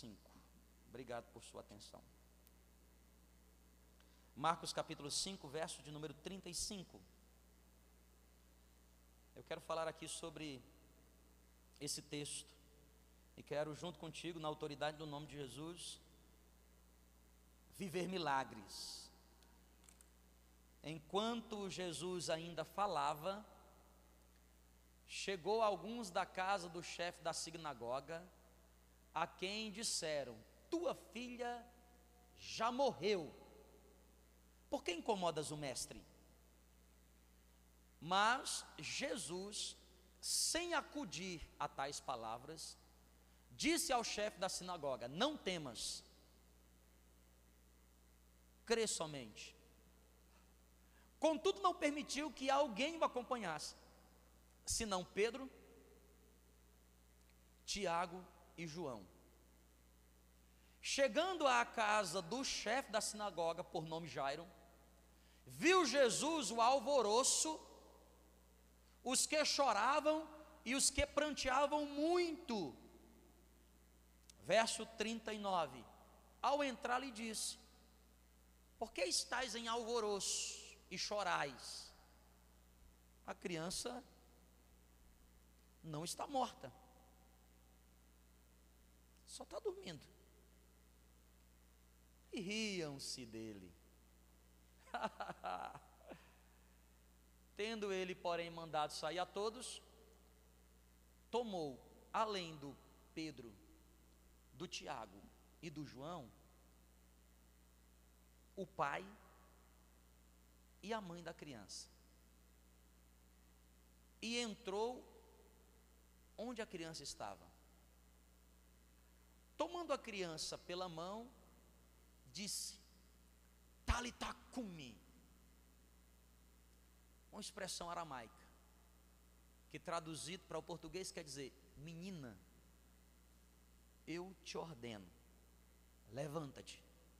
5. Obrigado por sua atenção. Marcos capítulo 5, verso de número 35. Eu quero falar aqui sobre esse texto e quero, junto contigo, na autoridade do nome de Jesus, viver milagres. Enquanto Jesus ainda falava, chegou alguns da casa do chefe da sinagoga, a quem disseram: tua filha já morreu, por que incomodas o mestre? Mas Jesus, sem acudir a tais palavras, disse ao chefe da sinagoga: não temas, crê somente. Contudo, não permitiu que alguém o acompanhasse, senão Pedro, Tiago e João. Chegando à casa do chefe da sinagoga, por nome Jairo, viu Jesus o alvoroço, os que choravam e os que pranteavam muito. Verso 39. Ao entrar lhe disse: por que estáis em alvoroço e chorais? A criança não está morta, só está dormindo. E riam-se dele. Tendo ele, porém, mandado sair a todos, tomou, além do Pedro, do Tiago e do João, o pai e a mãe da criança, e entrou onde a criança estava. Tomando a criança pela mão, disse: Talita cumi, uma expressão aramaica, que traduzido para o português quer dizer: menina, eu te ordeno, levanta-te.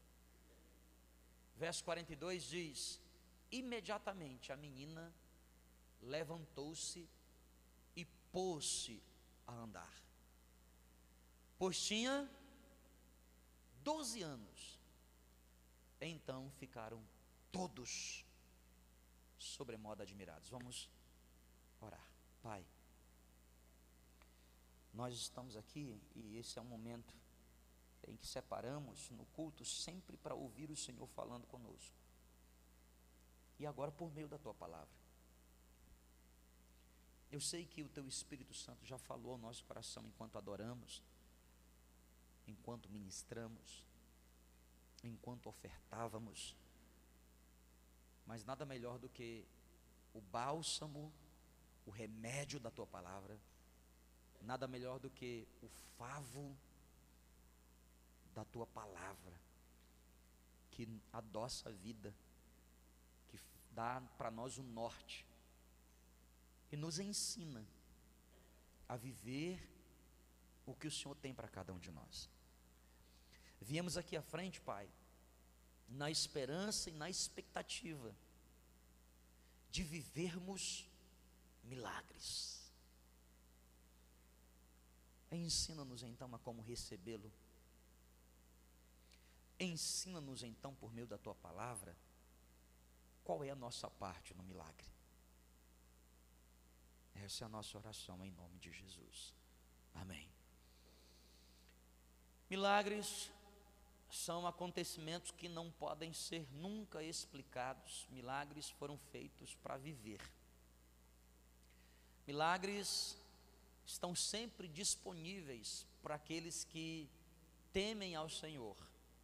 Verso 42 diz: imediatamente a menina levantou-se e pôs-se a andar, pois tinha 12 anos. Então ficaram todos sobremodo admirados. Vamos orar. Pai, nós estamos aqui e esse é um momento em que separamos no culto sempre para ouvir o Senhor falando conosco. E agora por meio da Tua palavra. Eu sei que o Teu Espírito Santo já falou ao nosso coração enquanto adoramos, enquanto ministramos, enquanto ofertávamos, mas nada melhor do que o bálsamo, o remédio da Tua palavra, nada melhor do que o favo da Tua palavra, que adoça a vida, que dá para nós o norte, e nos ensina a viver o que o Senhor tem para cada um de nós. Viemos aqui à frente, Pai, na esperança e na expectativa de vivermos milagres. Ensina-nos então a como recebê-lo. Ensina-nos então, por meio da Tua palavra, qual é a nossa parte no milagre. Essa é a nossa oração em nome de Jesus. Amém. Milagres são acontecimentos que não podem ser nunca explicados. Milagres foram feitos para viver. Milagres estão sempre disponíveis para aqueles que temem ao Senhor,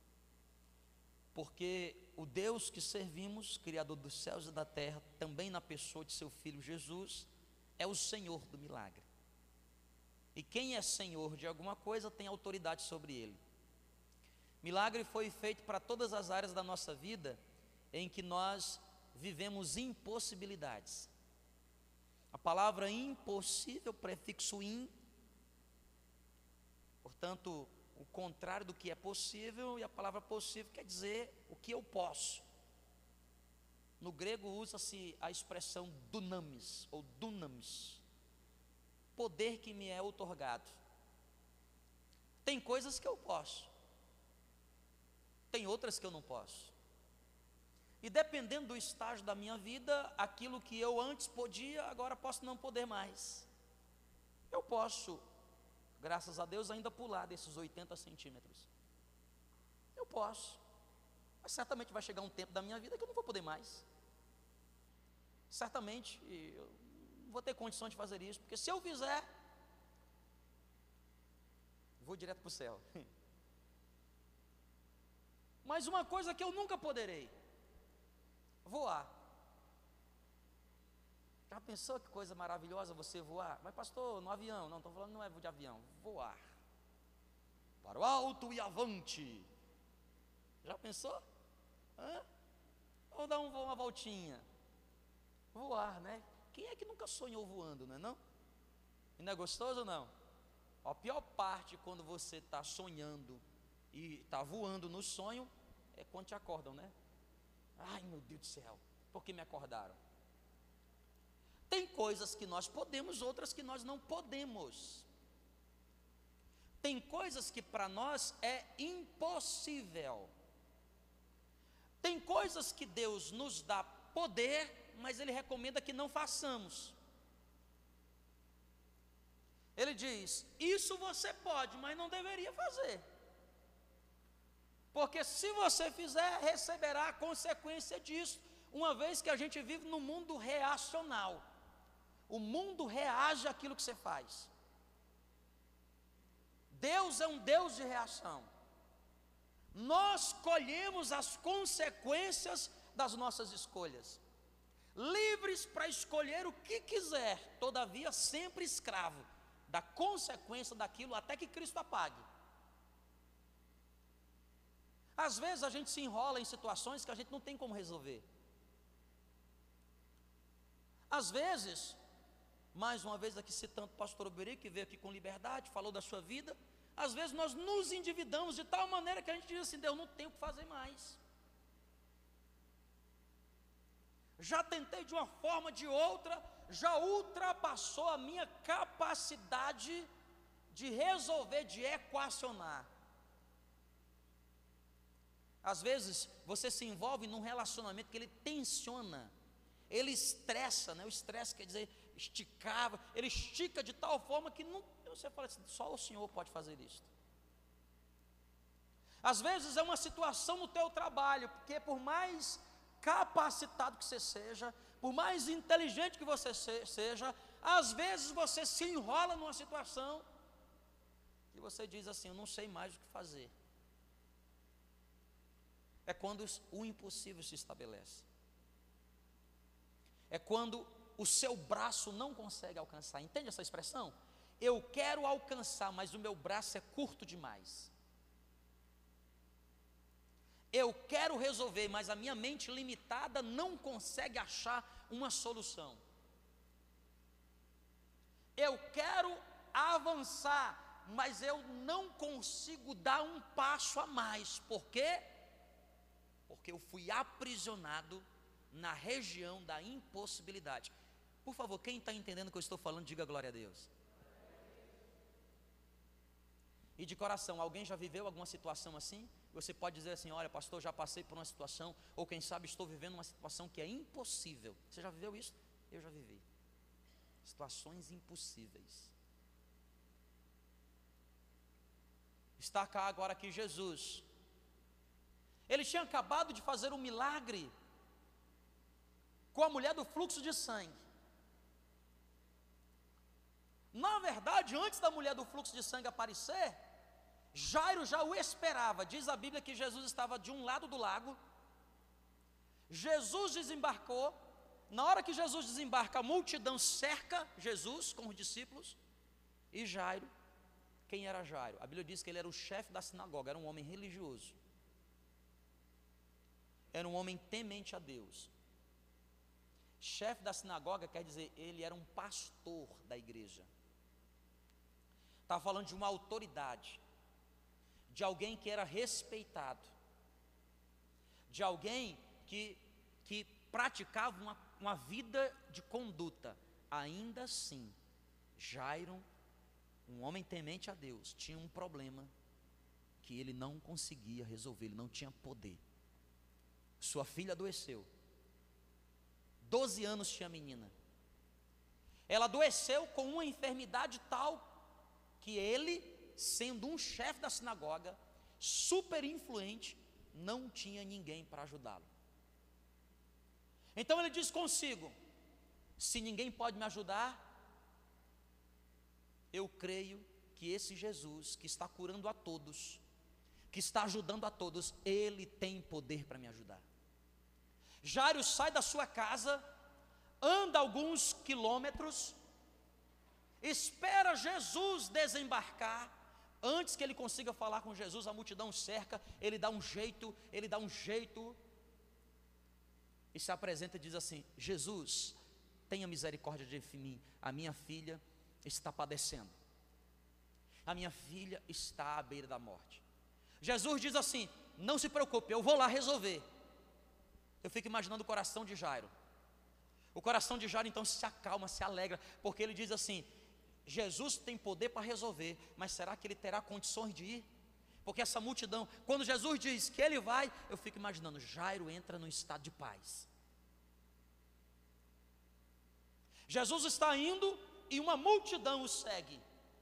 porque o Deus que servimos, Criador dos céus e da terra, também na pessoa de seu Filho Jesus, é o Senhor do milagre. E quem é Senhor de alguma coisa tem autoridade sobre ele. Milagre foi feito para todas as áreas da nossa vida em que nós vivemos impossibilidades. A palavra impossível, prefixo in, portanto, o contrário do que é possível, e a palavra possível quer dizer o que eu posso. No grego usa-se a expressão dunamis, ou dunamis, poder que me é outorgado. Tem coisas que eu posso, tem outras que eu não posso. E dependendo do estágio da minha vida, aquilo que eu antes podia, agora posso não poder mais. Eu posso, graças a Deus, ainda pular desses 80 centímetros. Eu posso. Mas certamente vai chegar um tempo da minha vida que eu não vou poder mais. Certamente eu não vou ter condição de fazer isso, porque se eu fizer, vou direto para o céu. Mas uma coisa que eu nunca poderei: voar. Já pensou que coisa maravilhosa você voar? Mas pastor, no avião? Não, estou falando não é de avião, voar. Para o alto e avante. Já pensou? Vamos dar uma voltinha. Voar, né? Quem é que nunca sonhou voando, não é não? E não é gostoso ou não? A pior parte quando você está sonhando e está voando no sonho é quando te acordam, né? Ai, meu Deus do céu, por que me acordaram? Tem coisas que nós podemos, outras que nós não podemos. Tem coisas que para nós é impossível. Tem coisas que Deus nos dá poder, mas Ele recomenda que não façamos. Ele diz: isso você pode, mas não deveria fazer. Porque se você fizer, receberá a consequência disso, uma vez que a gente vive no mundo reacional. O mundo reage àquilo que você faz. Deus é um Deus de reação. Nós colhemos as consequências das nossas escolhas, livres para escolher o que quiser, todavia sempre escravo da consequência daquilo até que Cristo apague. Às vezes a gente se enrola em situações que a gente não tem como resolver. Às vezes, mais uma vez aqui citando o pastor Oberi, que veio aqui com liberdade, falou da sua vida. Às vezes nós nos endividamos de tal maneira que a gente diz assim: Deus, não tenho o que fazer mais. Já tentei de uma forma, de outra, já ultrapassou a minha capacidade de resolver, de equacionar. Às vezes você se envolve num relacionamento que ele tensiona, ele estressa, né? O estresse quer dizer esticava, ele estica de tal forma que não, você fala assim: só o Senhor pode fazer isso. Às vezes é uma situação no teu trabalho, porque por mais capacitado que você seja, por mais inteligente que você seja, às vezes você se enrola numa situação e você diz assim: eu não sei mais o que fazer. É quando o impossível se estabelece. É quando o seu braço não consegue alcançar. Entende essa expressão? Eu quero alcançar, mas o meu braço é curto demais. Eu quero resolver, mas a minha mente limitada não consegue achar uma solução. Eu quero avançar, mas eu não consigo dar um passo a mais. Por quê? Porque eu fui aprisionado na região da impossibilidade. Por favor, quem está entendendo o que eu estou falando, diga glória a Deus. E de coração, alguém já viveu alguma situação assim? Você pode dizer assim: olha, pastor, já passei por uma situação, ou quem sabe estou vivendo uma situação que é impossível. Você já viveu isso? Eu já vivi. Situações impossíveis. Está cá agora aqui Jesus. Ele tinha acabado de fazer um milagre com a mulher do fluxo de sangue. Na verdade, antes da mulher do fluxo de sangue aparecer, Jairo já o esperava. Diz a Bíblia que Jesus estava de um lado do lago. Jesus desembarcou. Na hora que Jesus desembarca, a multidão cerca Jesus com os discípulos. E Jairo, quem era Jairo? A Bíblia diz que ele era o chefe da sinagoga, era um homem religioso. Era um homem temente a Deus. Chefe da sinagoga quer dizer, ele era um pastor da igreja. Está falando de uma autoridade, de alguém que era respeitado, de alguém que praticava uma vida de conduta. Ainda assim, Jairo um homem temente a Deus, tinha um problema que ele não conseguia resolver, ele não tinha poder. Sua filha adoeceu. 12 anos tinha a menina. Ela adoeceu com uma enfermidade tal que ele, sendo um chefe da sinagoga, super influente, não tinha ninguém para ajudá-lo. Então ele diz consigo: se ninguém pode me ajudar, eu creio que esse Jesus que está curando a todos, que está ajudando a todos, ele tem poder para me ajudar. Jairo sai da sua casa, anda alguns quilômetros, espera Jesus desembarcar. Antes que ele consiga falar com Jesus, a multidão cerca, ele dá um jeito, e se apresenta e diz assim: Jesus, tenha misericórdia de mim, a minha filha está padecendo, a minha filha está à beira da morte. Jesus diz assim: não se preocupe, eu vou lá resolver. Eu fico imaginando o coração de Jairo. O coração de Jairo então se acalma, se alegra, porque ele diz assim: Jesus tem poder para resolver, mas será que ele terá condições de ir? Porque essa multidão, quando Jesus diz que ele vai, eu fico imaginando, Jairo entra num estado de paz. Jesus está indo e uma multidão o segue.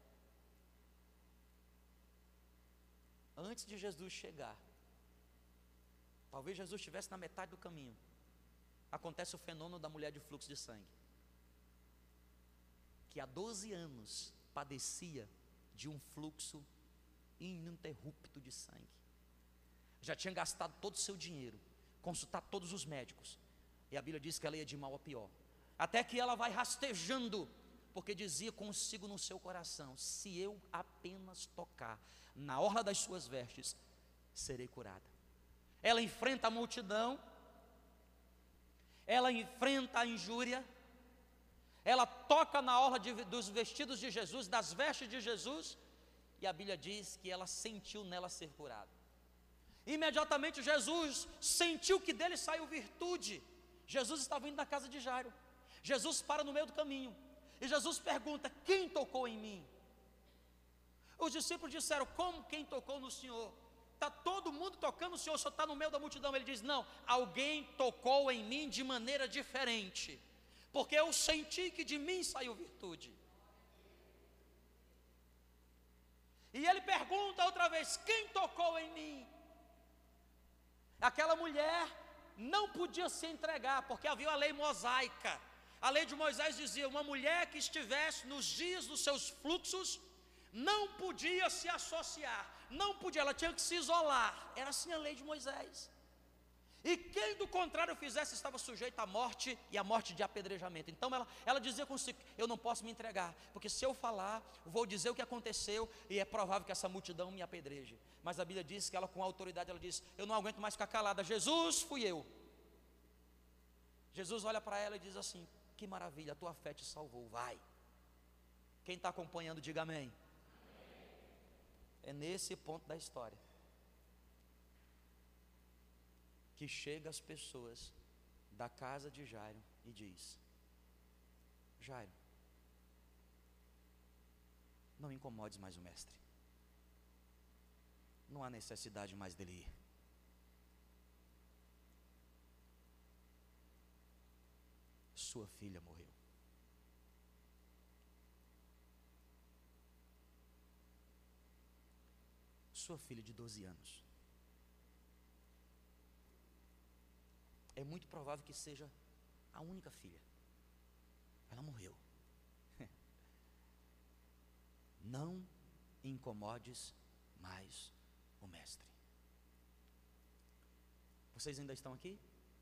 Antes de Jesus chegar, talvez Jesus estivesse na metade do caminho, acontece o fenômeno da mulher de fluxo de sangue, que há 12 anos padecia de um fluxo ininterrupto de sangue. Já tinha gastado todo o seu dinheiro, consultado todos os médicos, e a Bíblia diz que ela ia de mal a pior, até que ela vai rastejando, porque dizia consigo no seu coração: se eu apenas tocar na orla das suas vestes, serei curada. Ela enfrenta a multidão, ela enfrenta a injúria, ela toca na orla dos vestidos de Jesus, das vestes de Jesus, e a Bíblia diz que ela sentiu nela ser curada. Imediatamente Jesus sentiu que dele saiu virtude. Jesus estava indo na casa de Jairo. Jesus para no meio do caminho e Jesus pergunta: quem tocou em mim? Os discípulos disseram: como quem tocou no Senhor? Está todo mundo tocando, o Senhor só está no meio da multidão. Ele diz: não, alguém tocou em mim de maneira diferente, porque eu senti que de mim saiu virtude. E ele pergunta outra vez: quem tocou em mim? Aquela mulher não podia se entregar, porque havia a lei mosaica. A lei de Moisés dizia: uma mulher que estivesse nos dias dos seus fluxos não podia se associar, não podia, ela tinha que se isolar. Era assim a lei de Moisés. E quem do contrário fizesse estava sujeito à morte, e à morte de apedrejamento. Então ela dizia consigo: eu não posso me entregar, porque se eu falar, vou dizer o que aconteceu, e é provável que essa multidão me apedreje. Mas a Bíblia diz que ela, com autoridade, ela diz: eu não aguento mais ficar calada. Jesus, fui eu. Jesus olha para ela e diz assim: que maravilha, a tua fé te salvou, vai. Quem está acompanhando, diga amém. É nesse ponto da história que chega as pessoas da casa de Jairo e diz: Jairo, não incomodes mais o mestre, não há necessidade mais dele ir. Sua filha morreu. Sua filha de 12 anos. É muito provável que seja a única filha. Ela morreu. Não incomodes mais o mestre. Vocês ainda estão aqui?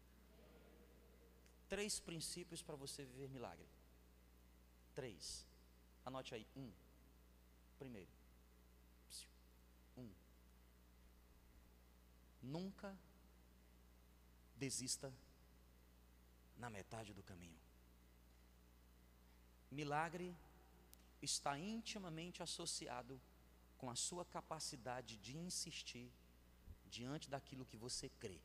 3 princípios para você viver milagre. 3. Anote aí. 1. Primeiro. 1. Nunca desista na metade do caminho. Milagre está intimamente associado com a sua capacidade de insistir diante daquilo que você crê.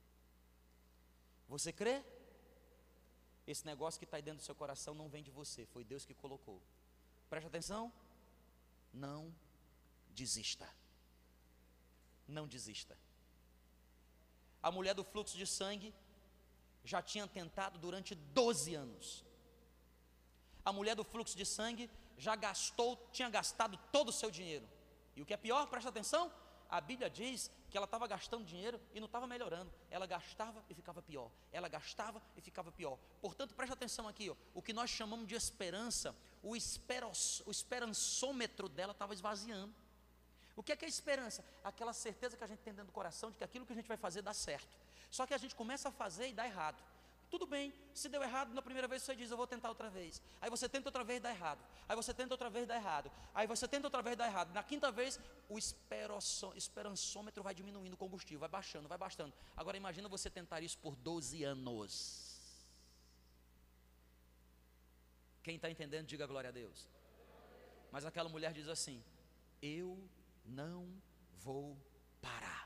Você crê? Esse negócio que está aí dentro do seu coração não vem de você, foi Deus que colocou. Preste atenção. não desista. Não desista. A mulher do fluxo de sangue já tinha tentado durante 12 anos. A mulher do fluxo de sangue já tinha gastado todo o seu dinheiro. E o que é pior, presta atenção, a Bíblia diz que ela estava gastando dinheiro e não estava melhorando. Ela gastava e ficava pior. Ela gastava e ficava pior. Portanto, presta atenção aqui, ó, o que nós chamamos de esperança, o esperançômetro dela estava esvaziando. O que é esperança? Aquela certeza que a gente tem dentro do coração de que aquilo que a gente vai fazer dá certo. Só que a gente começa a fazer e dá errado. Tudo bem, se deu errado na primeira vez, você diz, eu vou tentar outra vez. Aí você tenta outra vez, dá errado. Aí você tenta outra vez, dá errado. Aí você tenta outra vez, dá errado. Na quinta vez, o esperançômetro vai diminuindo o combustível, vai baixando, vai bastando. Agora imagina você tentar isso por 12 anos. Quem está entendendo, diga glória a Deus. Mas aquela mulher diz assim, eu não vou parar.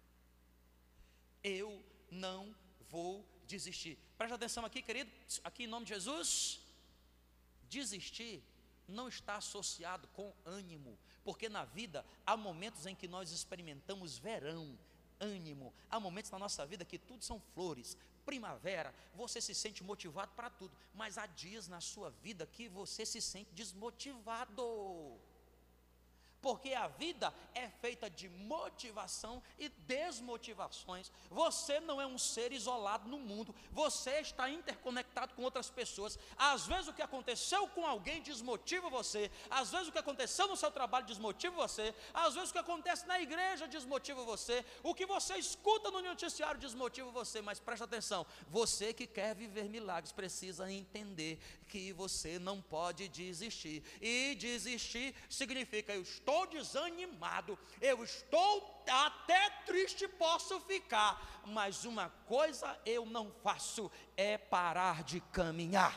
Eu não vou desistir. Presta atenção aqui, querido, aqui em nome de Jesus. Desistir não está associado com ânimo, porque na vida há momentos em que nós experimentamos verão, ânimo. Há momentos na nossa vida que tudo são flores, primavera, você se sente motivado para tudo, mas há dias na sua vida que você se sente desmotivado. Porque a vida é feita de motivação e desmotivações. Você não é um ser isolado no mundo. Você está interconectado com outras pessoas. Às vezes o que aconteceu com alguém desmotiva você. Às vezes o que aconteceu no seu trabalho desmotiva você. Às vezes o que acontece na igreja desmotiva você. O que você escuta no noticiário desmotiva você. Mas presta atenção, você que quer viver milagres precisa entender que você não pode desistir. E desistir significa eu estou desanimado, eu estou até triste, posso ficar, mas uma coisa eu não faço, é parar de caminhar.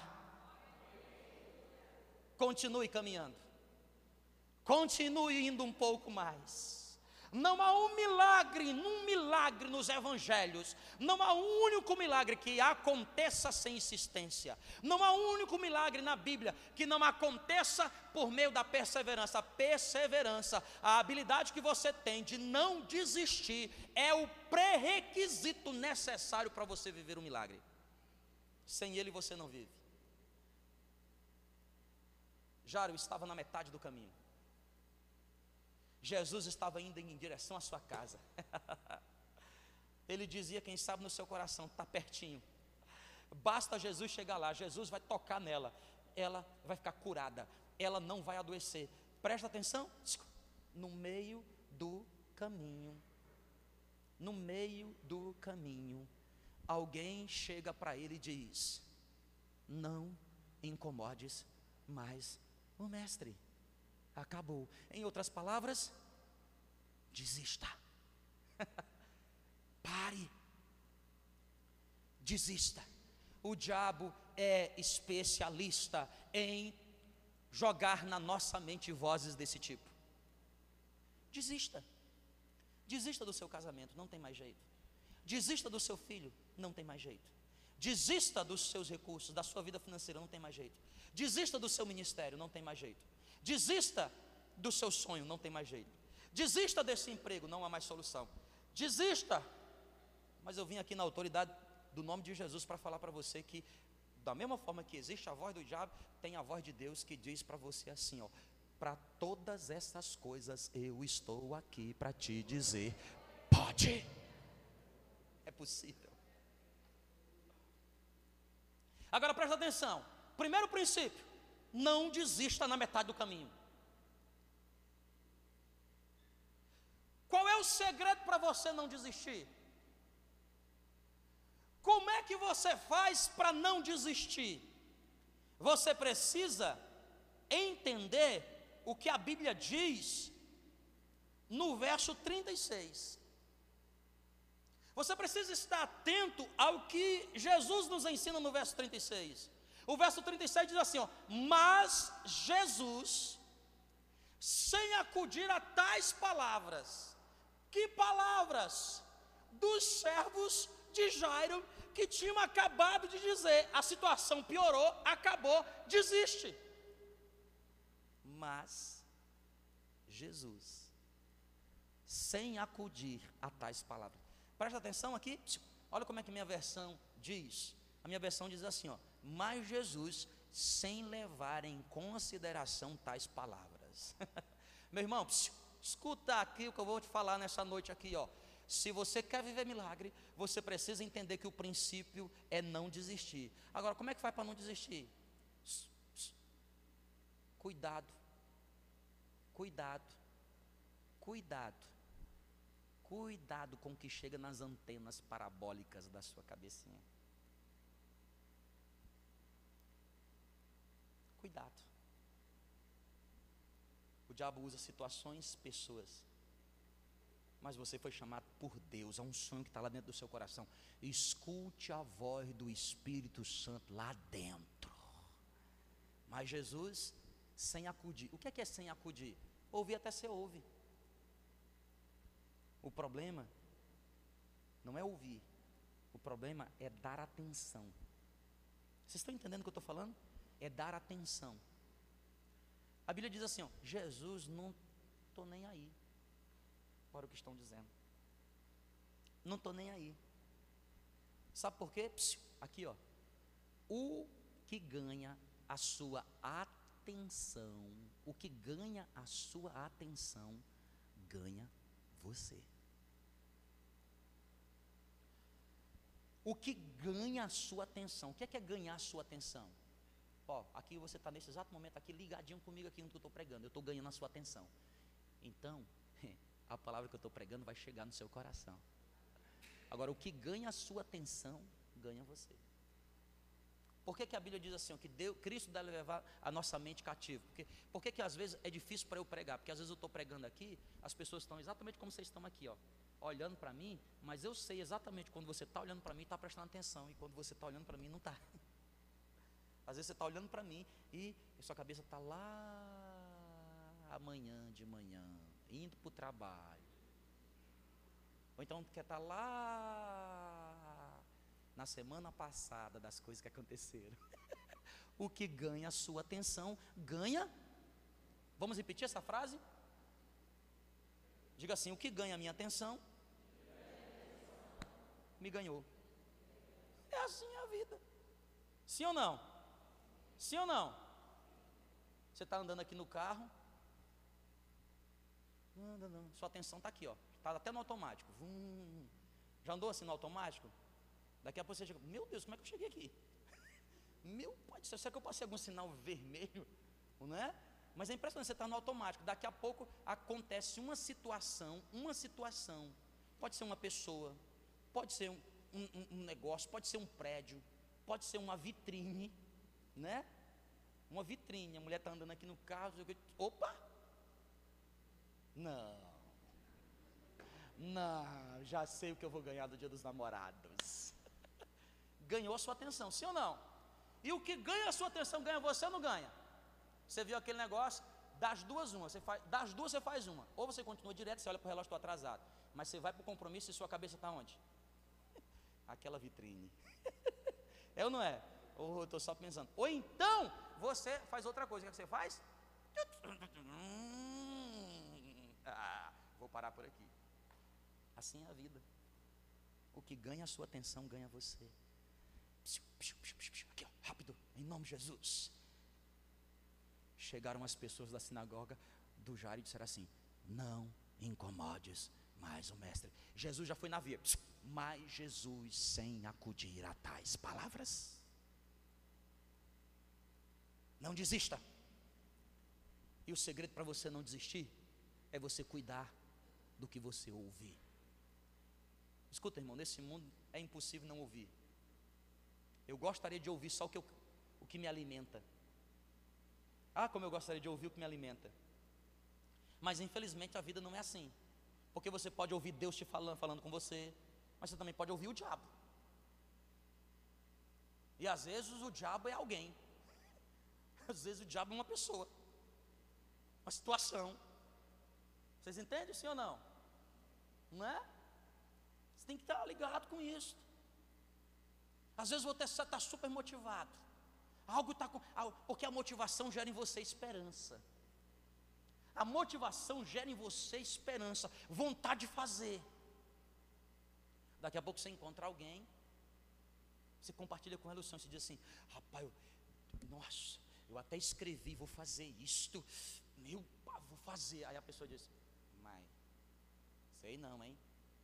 Continue caminhando, continue indo um pouco mais. Não há um milagre nos evangelhos, não há um único milagre que aconteça sem insistência, não há um único milagre na Bíblia que não aconteça por meio da perseverança. Perseverança, a habilidade que você tem de não desistir, é o pré-requisito necessário para você viver um milagre. Sem ele você não vive. Jairo estava na metade do caminho. Jesus estava indo em direção à sua casa. Ele dizia, quem sabe no seu coração, está pertinho. Basta Jesus chegar lá, Jesus vai tocar nela, ela vai ficar curada, ela não vai adoecer. Presta atenção, no meio do caminho, alguém chega para ele e diz, não incomodes mais o mestre. Acabou. Em outras palavras, desista. Pare. Desista. O diabo é especialista em jogar na nossa mente vozes desse tipo. Desista. Desista do seu casamento, não tem mais jeito. Desista do seu filho, não tem mais jeito. Desista dos seus recursos, da sua vida financeira, não tem mais jeito. Desista do seu ministério, não tem mais jeito. Desista do seu sonho, não tem mais jeito. Desista desse emprego, não há mais solução. Desista. Mas eu vim aqui na autoridade do nome de Jesus para falar para você que, da mesma forma que existe a voz do diabo, tem a voz de Deus que diz para você assim, ó, para todas essas coisas eu estou aqui para te dizer, pode. É possível. Agora presta atenção. Primeiro princípio, não desista na metade do caminho. Qual é o segredo para você não desistir? Como é que você faz para não desistir? Você precisa entender o que a Bíblia diz no verso 36. Você precisa estar atento ao que Jesus nos ensina no verso 36. O verso 36 diz assim, ó, mas Jesus, sem acudir a tais palavras. Que palavras? Dos servos de Jairo, que tinham acabado de dizer, a situação piorou, acabou, desiste. Mas Jesus, sem acudir a tais palavras. Presta atenção aqui, olha como é que minha versão diz. A minha versão diz assim, ó: mas Jesus, sem levar em consideração tais palavras. Meu irmão, escuta aqui o que eu vou te falar nessa noite aqui, ó. Se você quer viver milagre, você precisa entender que o princípio é não desistir. Agora, como é que faz para não desistir? Cuidado, cuidado, cuidado, cuidado com o que chega nas antenas parabólicas da sua cabecinha. Cuidado. O diabo usa situações, pessoas, mas você foi chamado por Deus, há um sonho que está lá dentro do seu coração. Escute a voz do Espírito Santo lá dentro. Mas Jesus, sem acudir. O que é sem acudir? Ouvir até você ouve. O problema não é ouvir, o problema é dar atenção. Vocês estão entendendo o que eu estou falando? É dar atenção. A Bíblia diz assim, ó: Jesus, não estou nem aí para o que estão dizendo. Não estou nem aí. Sabe por quê? Aqui, ó. O que ganha a sua atenção, o que ganha a sua atenção, ganha você. O que ganha a sua atenção? O que é ganhar a sua atenção? Ó, aqui você está nesse exato momento aqui ligadinho comigo aqui no que eu estou pregando. Eu estou ganhando a sua atenção. Então, a palavra que eu estou pregando vai chegar no seu coração. Agora, o que ganha a sua atenção, ganha você. Por que a Bíblia diz assim, ó, que Cristo deve levar a nossa mente cativa? Por que às vezes é difícil para eu pregar? Porque às vezes eu estou pregando aqui, as pessoas estão exatamente como vocês estão aqui, ó, olhando para mim, mas eu sei exatamente quando você está olhando para mim, está prestando atenção, e quando você está olhando para mim, não está. Às vezes você está olhando para mim e sua cabeça está lá amanhã de manhã, indo para o trabalho. Ou então quer estar lá na semana passada das coisas que aconteceram. O que ganha a sua atenção, ganha. Vamos repetir essa frase? Diga assim: o que ganha a minha atenção, me ganhou. É assim a vida. Sim ou não? Sim ou não? Você está andando aqui no carro, não, sua atenção está aqui, ó, está até no automático. Já andou assim no automático? Daqui a pouco você chega: meu Deus, como é que eu cheguei aqui? Meu pai, será que eu passei algum sinal vermelho? Não é? Mas é impressionante, você está no automático. Daqui a pouco acontece uma situação, pode ser uma pessoa, pode ser um negócio, pode ser um prédio, pode ser uma vitrine, né? Uma vitrine, a mulher está andando aqui no carro, opa! Não, já sei o que eu vou ganhar do Dia dos Namorados. Ganhou a sua atenção, sim ou não? E o que ganha a sua atenção, ganha você ou não ganha? Você viu aquele negócio, das duas uma, das duas você faz uma. Ou você continua direto, você olha para o relógio, estou atrasado. Mas você vai para o compromisso e sua cabeça está onde? Aquela vitrine. É ou não é? Ou eu estou só pensando. Ou então, você faz outra coisa. O que você faz? Vou parar por aqui. Assim é a vida. O que ganha a sua atenção, ganha você. Aqui, ó, rápido, em nome de Jesus. Chegaram as pessoas da sinagoga do Jairo e disseram assim: não incomodes mais o mestre. Jesus já foi na via, mas Jesus, sem acudir a tais palavras, não desista. E o segredo para você não desistir é você cuidar do que você ouvir. Escuta, irmão, nesse mundo é impossível não ouvir. Eu gostaria de ouvir só o que me alimenta. Ah, como eu gostaria de ouvir o que me alimenta. Mas infelizmente a vida não é assim. Porque você pode ouvir Deus te falando com você, mas você também pode ouvir o diabo. E às vezes o diabo é alguém. Às vezes o diabo é uma pessoa, uma situação. Vocês entendem, sim ou não? Não é? Você tem que estar ligado com isso. Às vezes você está super motivado. Algo está com, porque a motivação gera em você esperança. A motivação gera em você esperança, vontade de fazer. Daqui a pouco você encontra alguém, você compartilha com ela o sonho, você diz assim: rapaz, nossa, eu até escrevi, vou fazer isto, meu pai, vou fazer. Aí a pessoa diz: mas, sei não, hein?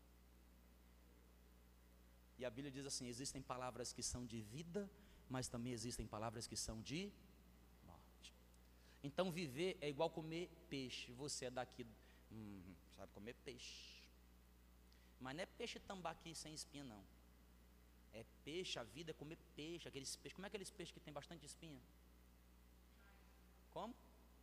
E a Bíblia diz assim: existem palavras que são de vida, mas também existem palavras que são de morte. Então viver é igual comer peixe. Você é daqui, sabe comer peixe. Mas não é peixe tambaqui sem espinha, não. É peixe, a vida é comer peixe, aqueles peixes. Como é aqueles peixes que tem bastante espinha? Como?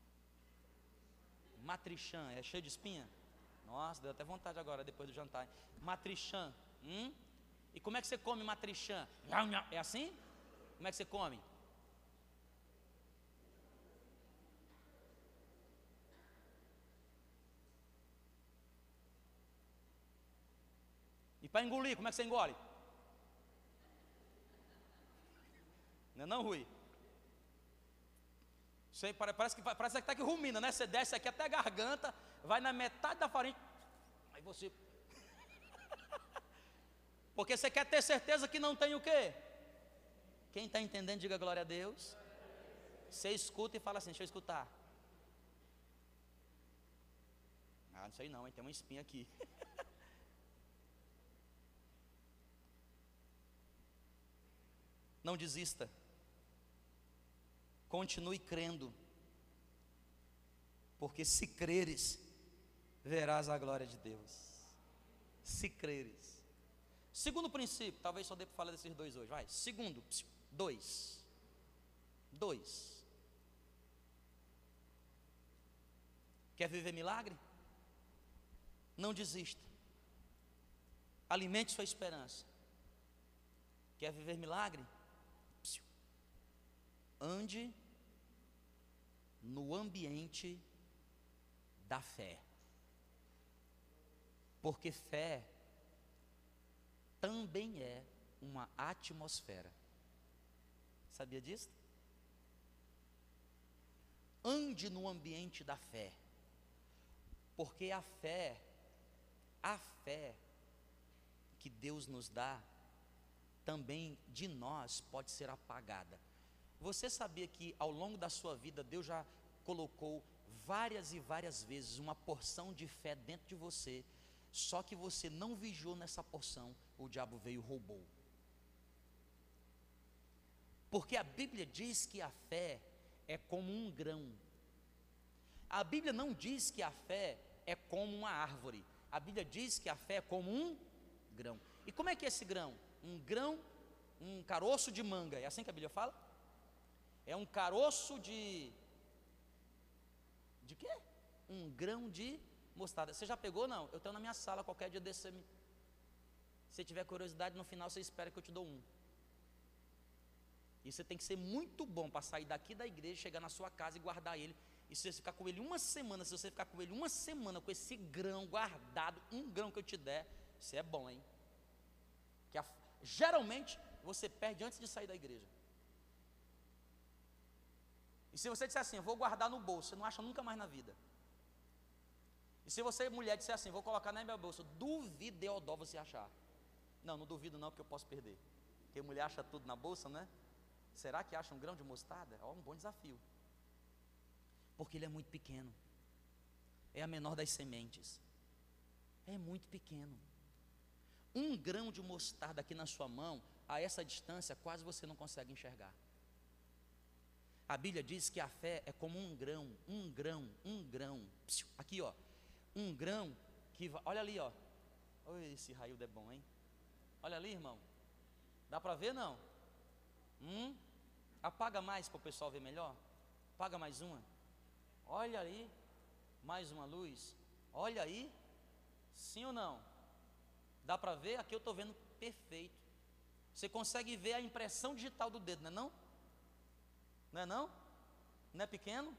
Matrichã, é cheio de espinha? Nossa, deu até vontade agora, depois do jantar. Matrichã, E como é que você come matrichã? É assim? Como é que você come? E para engolir, como é que você engole? Não é não, Rui? Você, parece que está aqui rumina, né? Você desce aqui até a garganta, vai na metade da farinha, aí você... Porque você quer ter certeza que não tem o quê? Quem está entendendo, diga glória a Deus. Você escuta e fala assim: deixa eu escutar. Ah, não sei não, hein? Tem uma espinha aqui. Não desista. Continue crendo. Porque se creres, verás a glória de Deus. Se creres. Segundo princípio, talvez só dê para falar desses dois hoje, vai. Segundo, dois. Quer viver milagre? Não desista. Alimente sua esperança. Quer viver milagre? Ande no ambiente da fé. Porque fé também é uma atmosfera. Sabia disso? Ande no ambiente da fé. Porque a fé que Deus nos dá, também de nós pode ser apagada. Você sabia que ao longo da sua vida Deus já colocou várias e várias vezes uma porção de fé dentro de você, só que você não vigiou nessa porção, o diabo veio e roubou. Porque a Bíblia diz que a fé é como um grão. A Bíblia não diz que a fé é como uma árvore. A Bíblia diz que a fé é como um grão. E como é que é esse grão? Um grão, um caroço de manga. É assim que a Bíblia fala? É um caroço de quê? Um grão de mostarda. Você já pegou? Não? Eu tenho na minha sala, qualquer dia desse. Se tiver curiosidade, no final você espera que eu te dou um. E você tem que ser muito bom para sair daqui da igreja, chegar na sua casa e guardar ele. E se você ficar com ele uma semana, se você ficar com ele uma semana com esse grão guardado, um grão que eu te der, você é bom, hein? Que geralmente você perde antes de sair da igreja. E se você disser assim, eu vou guardar no bolso, você não acha nunca mais na vida. E se você, mulher, disser assim, vou colocar na minha bolsa, duvido Deodó você achar. Não, não duvido não, porque eu posso perder. Porque mulher acha tudo na bolsa, né? Será que acha um grão de mostarda? É um bom desafio. Porque ele é muito pequeno. É a menor das sementes. É muito pequeno. Um grão de mostarda aqui na sua mão, a essa distância, quase você não consegue enxergar. A Bíblia diz que a fé é como um grão. Aqui, ó. Um grão que, olha ali, ó. Oi, esse raio é bom, hein? Olha ali, irmão. Dá para ver, não? Apaga mais para o pessoal ver melhor. Apaga mais uma. Olha aí. Mais uma luz. Olha aí. Sim ou não? Dá para ver? Aqui eu estou vendo perfeito. Você consegue ver a impressão digital do dedo, não é não? Não é não? Não é pequeno?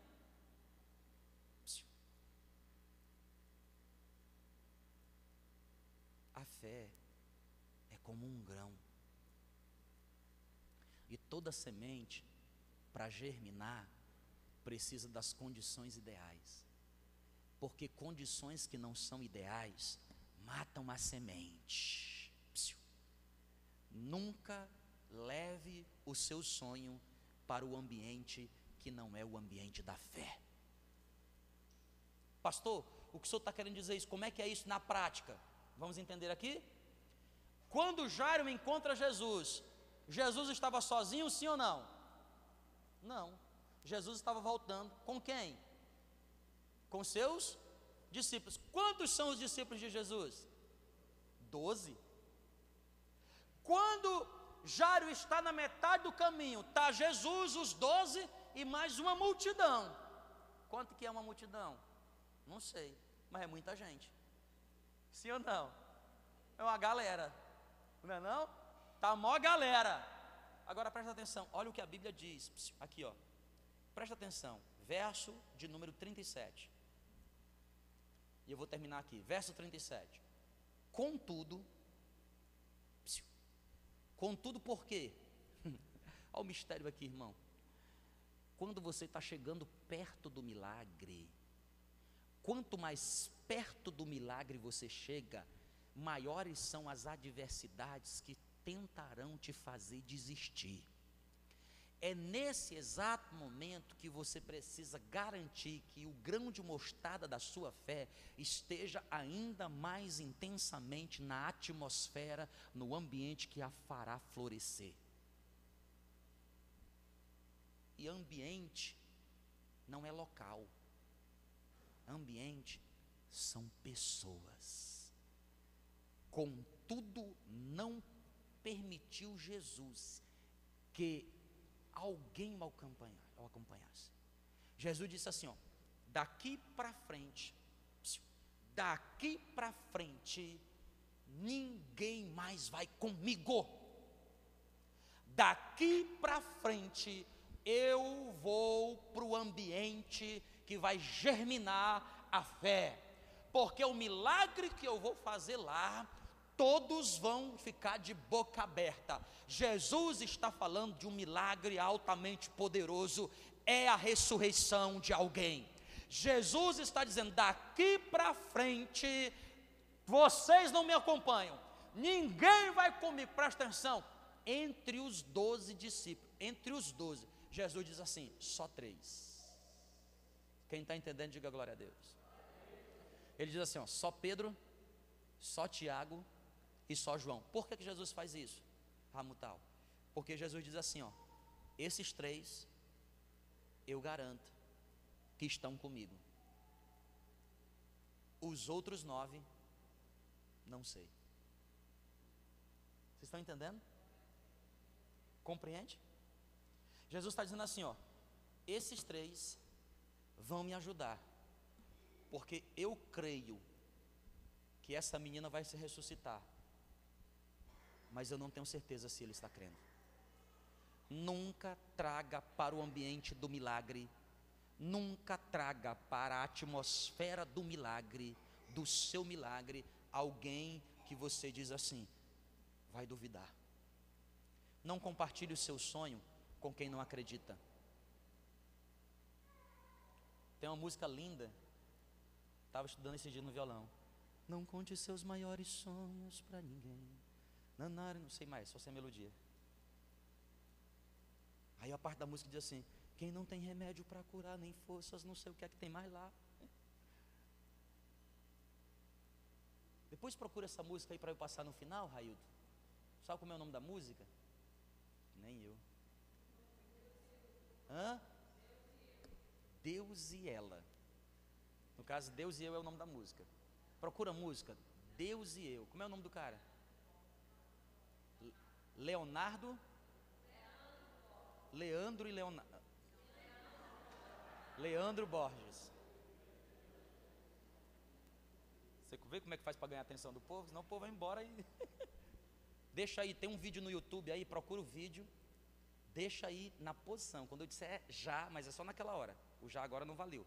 A fé é como um grão. E toda semente, para germinar, precisa das condições ideais. Porque condições que não são ideais matam a semente. Psiu. Nunca leve o seu sonho para o ambiente que não é o ambiente da fé. Pastor, o que o senhor está querendo dizer isso? Como é que é isso na prática? Vamos entender aqui? Quando Jairo encontra Jesus, Jesus estava sozinho, sim ou não? Não. Jesus estava voltando com quem? Com seus discípulos. Quantos são os discípulos de Jesus? 12. Quando Jairo está na metade do caminho, está Jesus, os 12 e mais uma multidão. Quanto que é uma multidão? Não sei, mas é muita gente. Sim ou não? É uma galera, não é não? Tá a maior galera. Agora presta atenção, olha o que a Bíblia diz. Aqui ó, presta atenção, verso de número 37. E eu vou terminar aqui, verso 37. Contudo por quê? Olha o mistério aqui, irmão. Quando você está chegando perto do milagre, quanto mais perto do milagre você chega, maiores são as adversidades que tentarão te fazer desistir. É nesse exato momento que você precisa garantir que o grão de mostarda da sua fé esteja ainda mais intensamente na atmosfera, no ambiente que a fará florescer. E ambiente não é local. Ambiente são pessoas. Contudo, não permitiu Jesus que alguém o acompanhasse. Jesus disse assim, ó, daqui para frente, ninguém mais vai comigo. Daqui para frente, eu vou para o ambiente que vai germinar a fé, porque o milagre que eu vou fazer lá, todos vão ficar de boca aberta. Jesus está falando de um milagre altamente poderoso, é a ressurreição de alguém. Jesus está dizendo, daqui para frente, vocês não me acompanham, ninguém vai comigo, presta atenção, entre os 12 discípulos, entre os 12, Jesus diz assim, só 3, quem está entendendo, diga glória a Deus. Ele diz assim, ó, só Pedro, só Tiago e só João. Por que Jesus faz isso? Ramutal. Porque Jesus diz assim, ó, esses 3, eu garanto que estão comigo. Os outros 9, não sei. Vocês estão entendendo? Compreende? Jesus está dizendo assim, ó, esses 3 vão me ajudar, porque eu creio que essa menina vai se ressuscitar, mas eu não tenho certeza se ele está crendo. Nunca traga para o ambiente do milagre, nunca traga para a atmosfera do milagre, do seu milagre, alguém que você diz assim, vai duvidar. Não compartilhe o seu sonho com quem não acredita. Tem uma música linda, estava estudando esse dia no violão. Não conte seus maiores sonhos para ninguém. Não sei mais, só sei a melodia. Aí a parte da música diz assim, quem não tem remédio para curar, nem forças, não sei o que é que tem mais lá. Depois procura essa música aí para eu passar no final, Raildo. Sabe como é o nome da música? Nem eu. Hã? Deus e Ela. No caso, Deus e Eu é o nome da música. Procura a música, Deus e Eu. Como é o nome do cara? Leonardo Borges. Você vê como é que faz para ganhar a atenção do povo? Senão o povo vai embora e deixa aí, tem um vídeo no YouTube aí, procura o vídeo. Deixa aí na posição. Quando eu disser já, mas é só naquela hora. O já agora não valeu.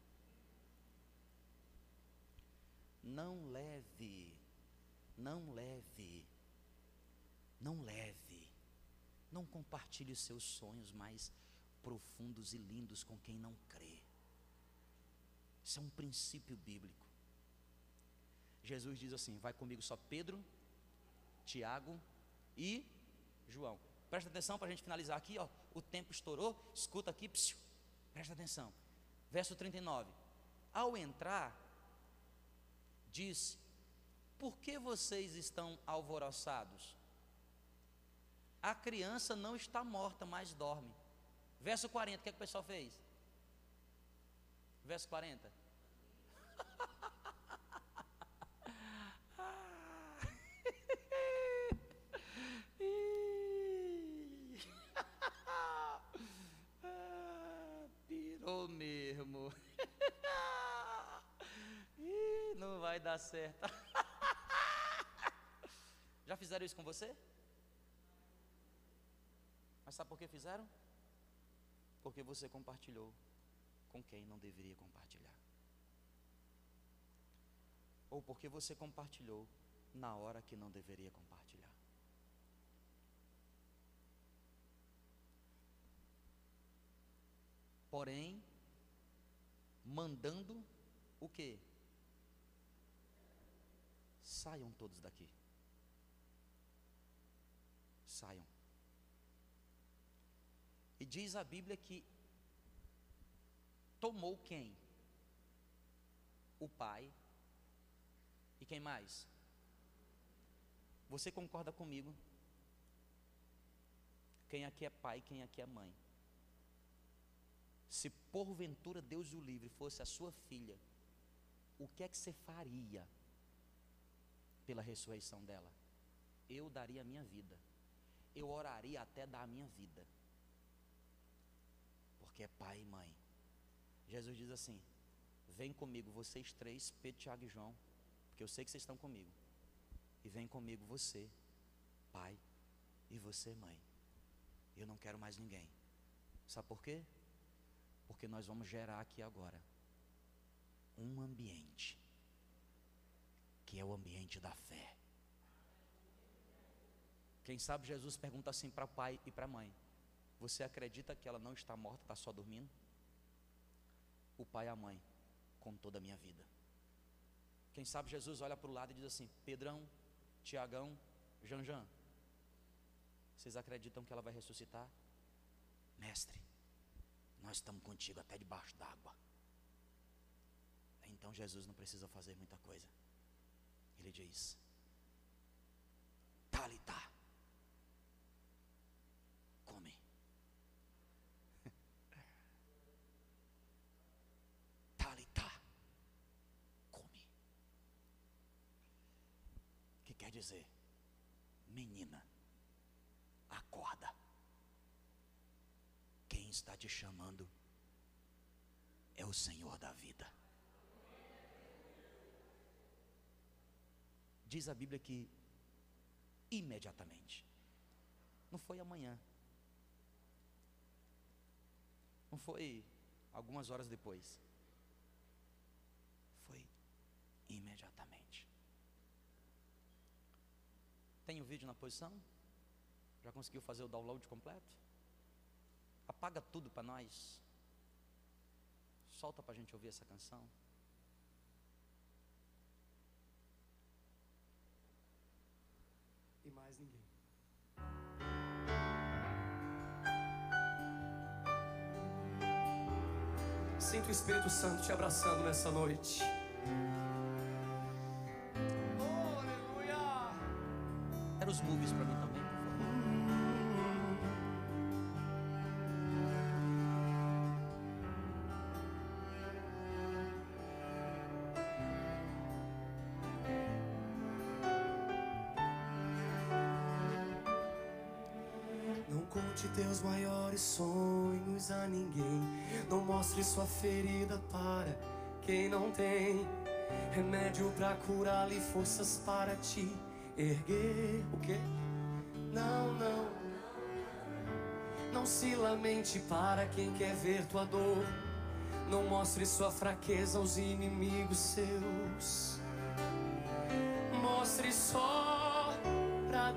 Não leve, não compartilhe os seus sonhos mais profundos e lindos com quem não crê. Isso é um princípio bíblico. Jesus diz assim: vai comigo só Pedro, Tiago e João. Presta atenção para a gente finalizar aqui, ó. O tempo estourou, escuta aqui, psiu, presta atenção. Verso 39. Ao entrar, diz: por que vocês estão alvoroçados? A criança não está morta, mas dorme. Verso 40, o que é que o pessoal fez? Verso 40. Pirou mesmo. Não vai dar certo. Já fizeram isso com você? Mas sabe por que fizeram? Porque você compartilhou com quem não deveria compartilhar. Ou porque você compartilhou na hora que não deveria compartilhar. Porém, mandando o quê? Saiam todos daqui. Saiam. E diz a Bíblia que tomou quem? O pai. E quem mais? Você concorda comigo? Quem aqui é pai, quem aqui é mãe? Se porventura Deus o livre fosse a sua filha, o que é que você faria pela ressurreição dela? Eu daria a minha vida. Eu oraria até dar a minha vida. Porque é pai e mãe. Jesus diz assim: vem comigo vocês três, Pedro, Tiago e João, porque eu sei que vocês estão comigo. E vem comigo você, pai, e você, mãe. Eu não quero mais ninguém. Sabe por quê? Porque nós vamos gerar aqui agora um ambiente, que é o ambiente da fé. Quem sabe Jesus pergunta assim para o pai e para a mãe: você acredita que ela não está morta, está só dormindo? O pai e a mãe: com toda a minha vida. Quem sabe Jesus olha para o lado e diz assim: Pedrão, Tiagão, Janjan, vocês acreditam que ela vai ressuscitar? Mestre, nós estamos contigo até debaixo d'água. Então Jesus não precisa fazer muita coisa. Ele diz: Talitá, come. Talitá, come. Que quer dizer: menina, acorda. Quem está te chamando é o Senhor da vida. Diz a Bíblia que imediatamente, não foi amanhã, não foi algumas horas depois, foi imediatamente. Tem o vídeo na posição? Já conseguiu fazer o download completo? Apaga tudo para nós. Solta para a gente ouvir essa canção. E mais ninguém. Sinto o Espírito Santo te abraçando nessa noite. Oh, aleluia! Era os movies para mim também, por favor. Não conte teus maiores sonhos a ninguém. Não mostre sua ferida para quem não tem remédio pra curá-la e forças para te erguer. O quê? Não, não. Não se lamente para quem quer ver tua dor. Não mostre sua fraqueza aos inimigos seus. Mostre só pra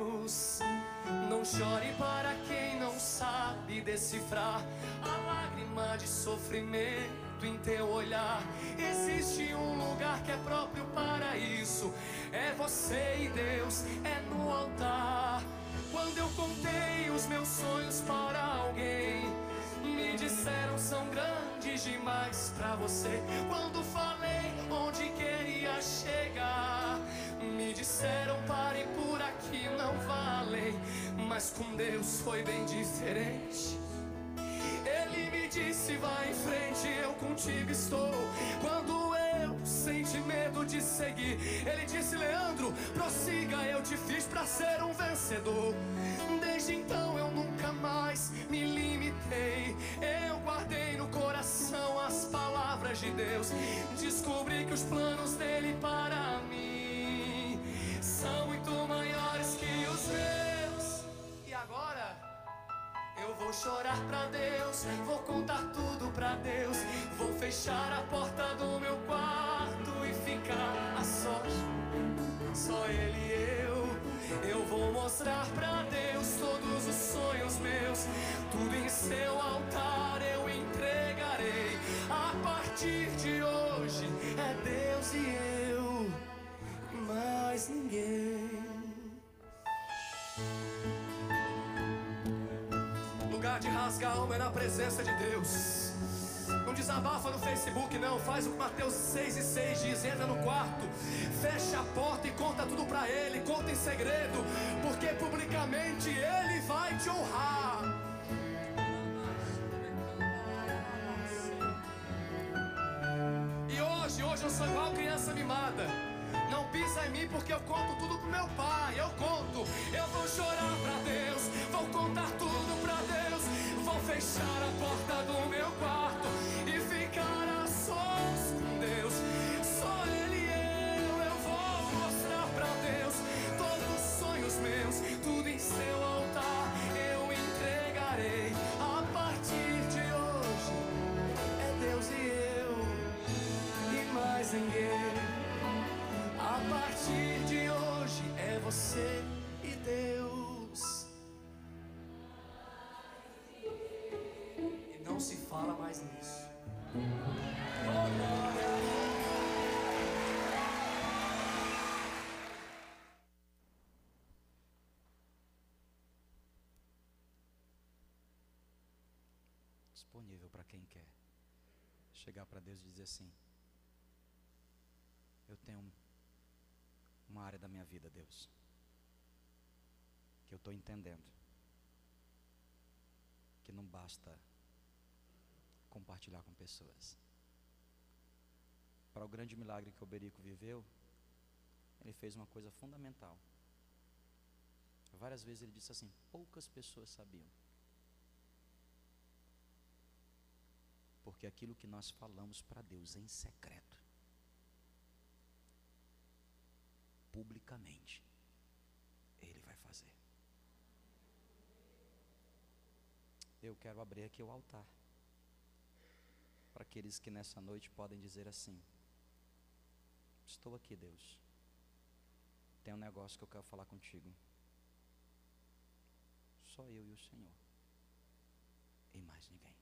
Deus. Não chore para quem não sabe decifrar a lágrima lágrima de sofrimento em teu olhar. Existe um lugar que é próprio para isso. É você e Deus, é no altar. Quando eu contei os meus sonhos para alguém, me disseram são grandes demais pra você. Quando falei onde queria chegar, me disseram pare por aqui, não valem. Mas com Deus foi bem diferente. Ele me disse vai em frente, eu contigo estou. Quando eu senti medo de seguir, ele disse Leandro, prossiga, eu te fiz pra ser um vencedor. Desde então eu nunca mais me limitei. Eu guardei no coração as palavras de Deus. Descobri que os planos dele para mim são muito maiores que os meus. E agora? Eu vou chorar pra Deus, vou contar tudo pra Deus. Vou fechar a porta do meu quarto e ficar a sós, só ele e eu. Eu vou mostrar pra Deus todos os sonhos meus. Tudo em seu altar eu entregarei. A partir de hoje é Deus e eu, mais ninguém. Lugar de rasgar a alma é na presença de Deus. Não desabafa no Facebook não. Faz o que Mateus 6:6 diz. Entra no quarto, fecha a porta e conta tudo pra ele. Conta em segredo, porque publicamente ele vai te honrar. E hoje eu sou igual criança mimada. Não pisa em mim porque eu conto tudo pro meu pai. Eu conto, eu vou chorar pra Deus, vou contar tudo pra Deus. Vou fechar a porta do meu quarto e ficar a sós com Deus. Só ele e eu vou mostrar pra Deus todos os sonhos meus. Tudo em seu altar eu entregarei. A partir de hoje é Deus e eu, e mais ninguém. A partir de hoje é você e Deus. E não se fala mais nisso. Disponível para quem quer chegar para Deus e dizer assim: eu tenho uma área da minha vida, Deus, que eu estou entendendo que não basta compartilhar com pessoas. Para o grande milagre que o Berico viveu, ele fez uma coisa fundamental. Várias vezes ele disse assim: poucas pessoas sabiam. Porque aquilo que nós falamos para Deus em secreto, publicamente, ele vai fazer. Eu quero abrir aqui o altar para aqueles que nessa noite podem dizer assim: estou aqui, Deus, tem um negócio que eu quero falar contigo, só eu e o Senhor, e mais ninguém.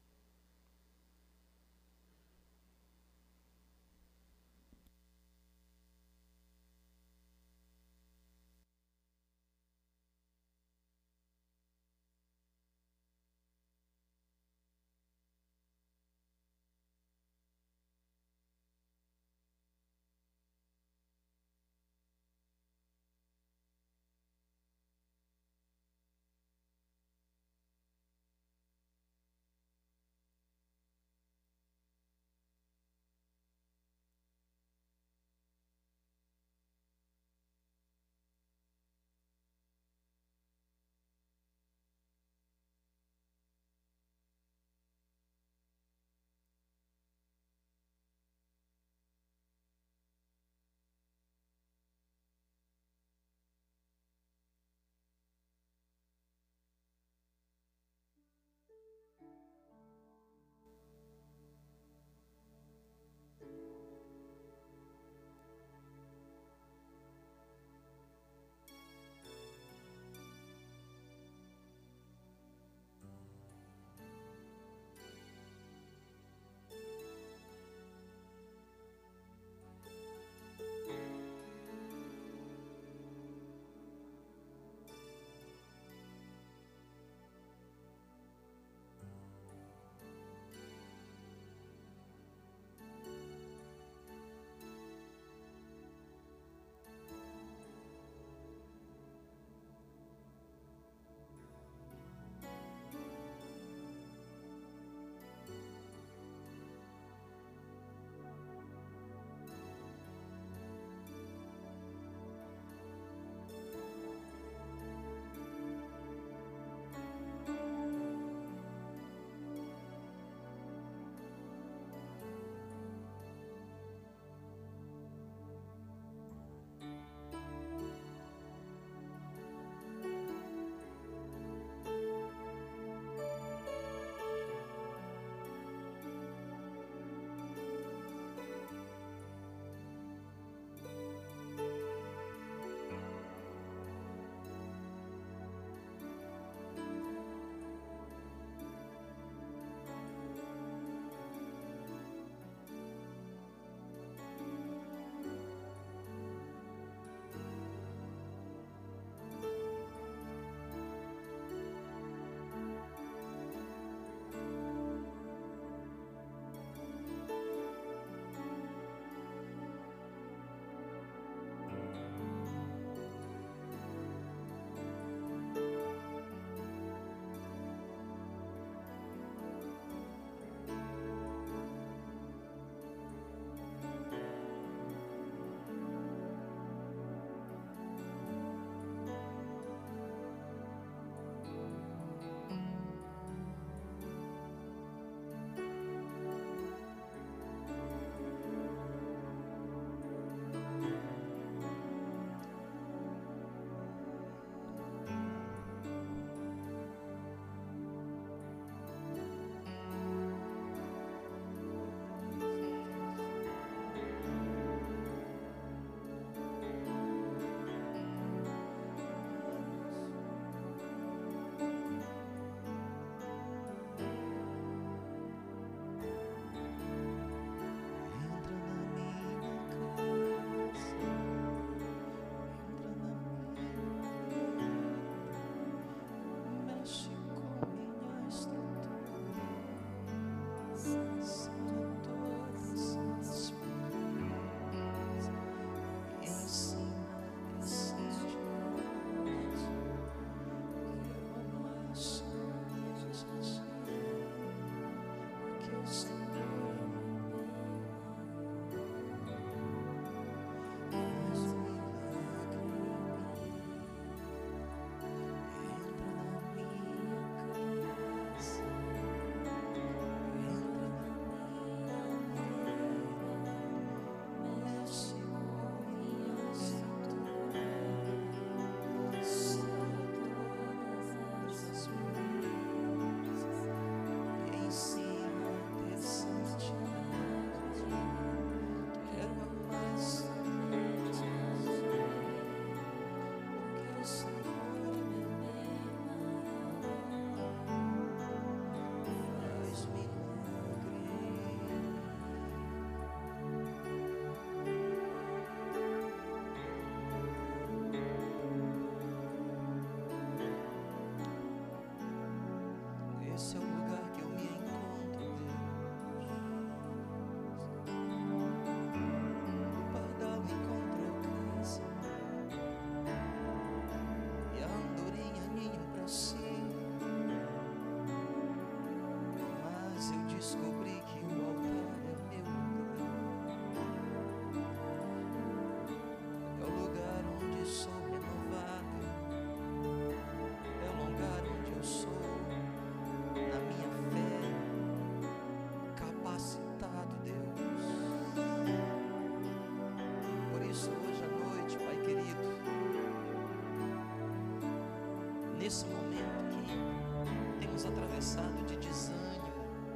nesse momento que temos atravessado de desânimo,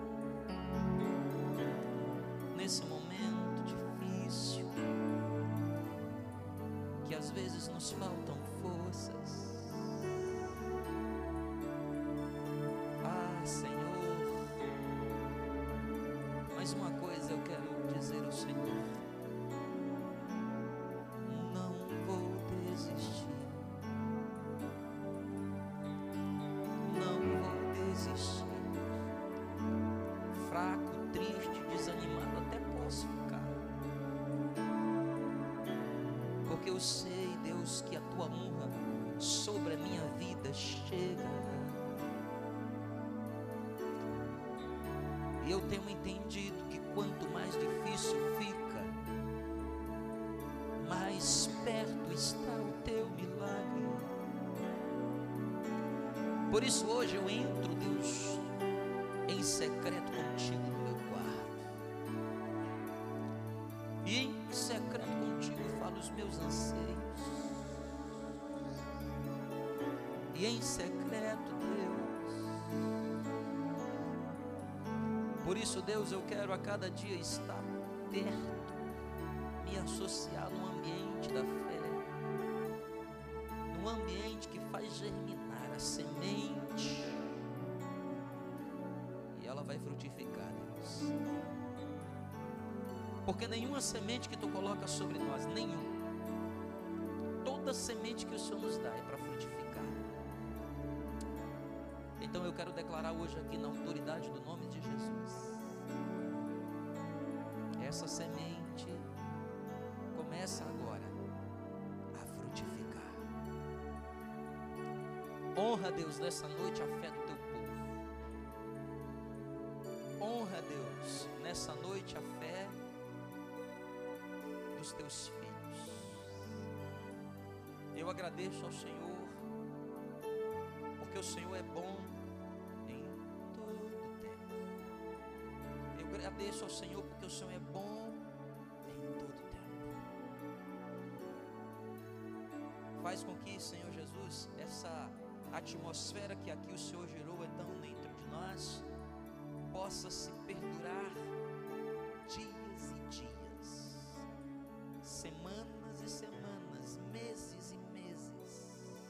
nesse momento difícil, que às vezes nos faltam forças. Ah, Senhor, mas uma coisa eu quero dizer ao Senhor: não vou desistir. Não vou desistir. Fraco, triste, desanimado até posso ficar, porque eu sei, Deus, que a tua honra sobre a minha vida chega. E eu tenho entendido que quanto mais difícil fica, mais perto está o teu milagre. Por isso hoje eu entro, Deus, em secreto contigo no meu quarto, e em secreto contigo falo os meus anseios, e em secreto, Deus. Por isso, Deus, eu quero a cada dia estar perto, me associar num ambiente da fé, num ambiente que faz germinar a semente, e ela vai frutificar, Deus. Porque nenhuma semente que tu coloca sobre nós, toda semente que o Senhor nos dá é para frutificar. Então eu quero declarar hoje aqui, na autoridade do nome de Jesus, essa semente começa agora a frutificar. Honra, Deus, nessa noite a fé do teu povo. Honra, Deus, nessa noite a fé dos teus filhos. Eu agradeço ao Senhor, porque o Senhor é bom em todo tempo. Eu agradeço ao Senhor, porque o Senhor é bom em todo tempo. Faz com que, Senhor Jesus, essa atmosfera que aqui o Senhor gerou então dentro de nós possa se perdurar dias e dias, semanas e semanas, meses e meses,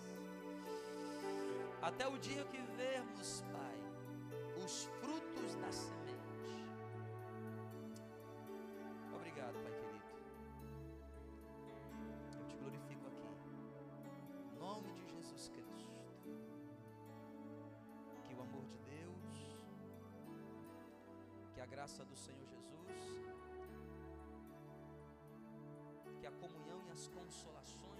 até o dia que vermos, Pai, os frutos da semente. Obrigado, Pai querido. Eu te glorifico aqui, em nome de Jesus Cristo. Que o amor de Deus, que a graça do Senhor Jesus, que a comunhão e as consolações